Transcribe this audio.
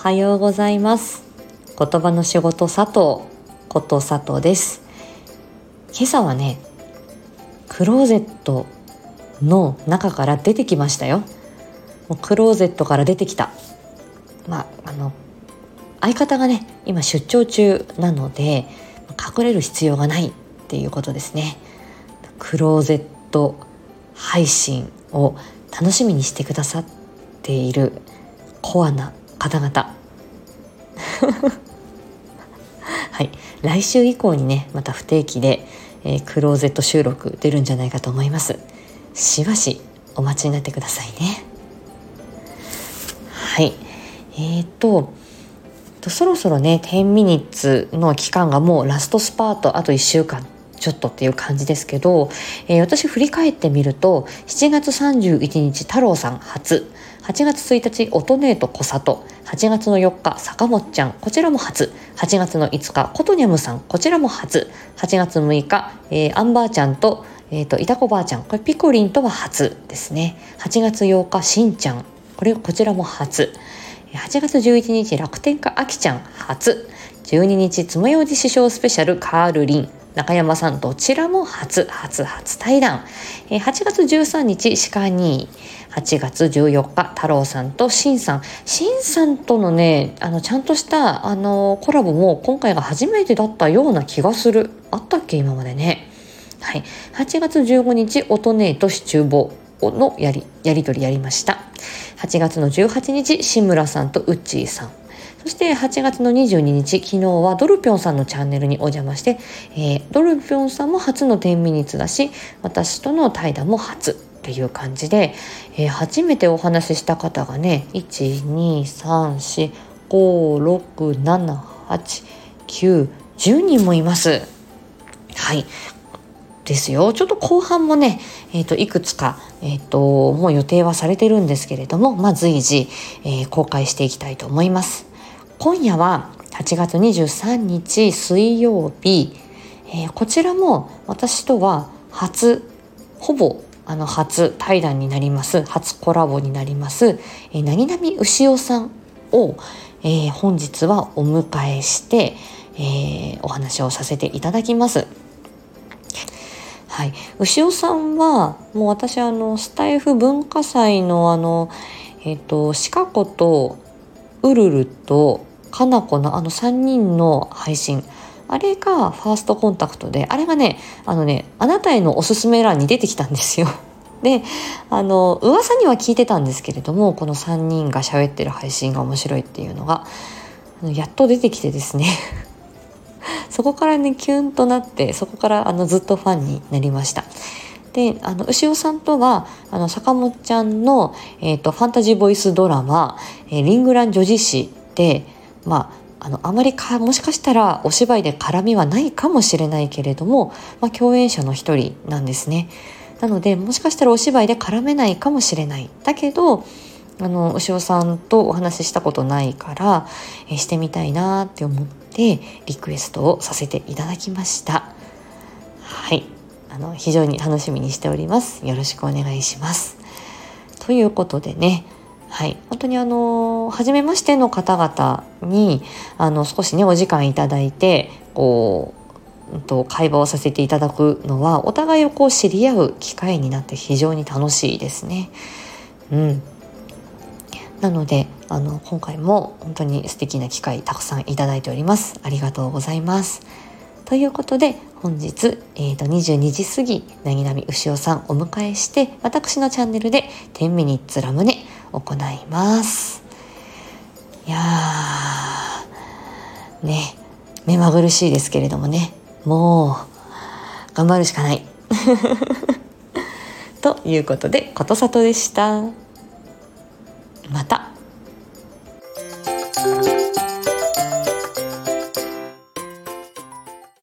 はようございます。言葉の仕事佐藤こと佐藤です。今朝はね、クローゼットの中から出てきましたよ。もうクローゼットから出てきた。相方がね今出張中なので隠れる必要がないっていうことですね。クローゼット配信を楽しみにしてくださっているコアな方々はい、来週以降にねまた不定期で、クローゼット収録出るんじゃないかと思います。しばしお待ちになってくださいね。はい、そろそろね10ミニッツの期間がもうラストスパート、あと1週間ちょっとっていう感じですけど、私振り返ってみると7月31日太郎さん初、8月1日オトネート小里、8月の4日坂本ちゃん、こちらも初、8月の5日コトニャムさん、こちらも初、8月6日、アンバーちゃんと、いたこばあちゃん、これピコリンとは初ですね。8月8日しんちゃん、こちらも初、8月11日楽天家あきちゃん初、12日つもようじ師匠スペシャルカールリン中山さん、どちらも初対談。8月13日鹿に、8月14日太郎さんとしんさんとのねちゃんとしたコラボも今回が初めてだったような気がする。あったっけ今までね。はい、8月15日オトネートシチューボのやり取りやりました。8月の18日志村さんとウッチーさん、そして8月の22日昨日はドルピョンさんのチャンネルにお邪魔して、ドルピョンさんも初の10ミニッツだし、私との対談も初っていう感じで、初めてお話しした方がね 1,2,3,4,5,6,7,8,9,10 人もいます。はいですよ。ちょっと後半もね、いくつか、もう予定はされてるんですけれども、随時、公開していきたいと思います。今夜は8月23日水曜日、こちらも私とはほぼ初対談になります。初コラボになります、なぎなみうしおさんを、本日はお迎えして、お話をさせていただきます。はい、牛尾さんはもう私スタイフ文化祭のシカ子とウルルとカナコの3人の配信、あれがファーストコンタクトで、あれがねあなたへのおすすめ欄に出てきたんですよ。で噂には聞いてたんですけれども、この3人が喋ってる配信が面白いっていうのがやっと出てきてですねそこからねキュンとなって、そこからずっとファンになりました。で牛尾さんとは坂本ちゃんの、ファンタジーボイスドラマ、リングラン女子誌で、あまりもしかしたらお芝居で絡みはないかもしれないけれども、共演者の一人なんですね。なのでもしかしたらお芝居で絡めないかもしれない。だけど牛尾さんとお話ししたことないから、してみたいなって思ってリクエストをさせていただきました。はい、非常に楽しみにしております。よろしくお願いします。ということでね、はい、本当に初めましての方々に少しねお時間いただいて会話をさせていただくのは、お互いを知り合う機会になって非常に楽しいですね。なので今回も本当に素敵な機会たくさんいただいております。ありがとうございます。ということで本日、22時過ぎなぎなみうしおさんお迎えして、私のチャンネルで10ミニッツラムネ行います。いやーね、目まぐるしいですけれどもね、もう頑張るしかないということでことさとでした。また。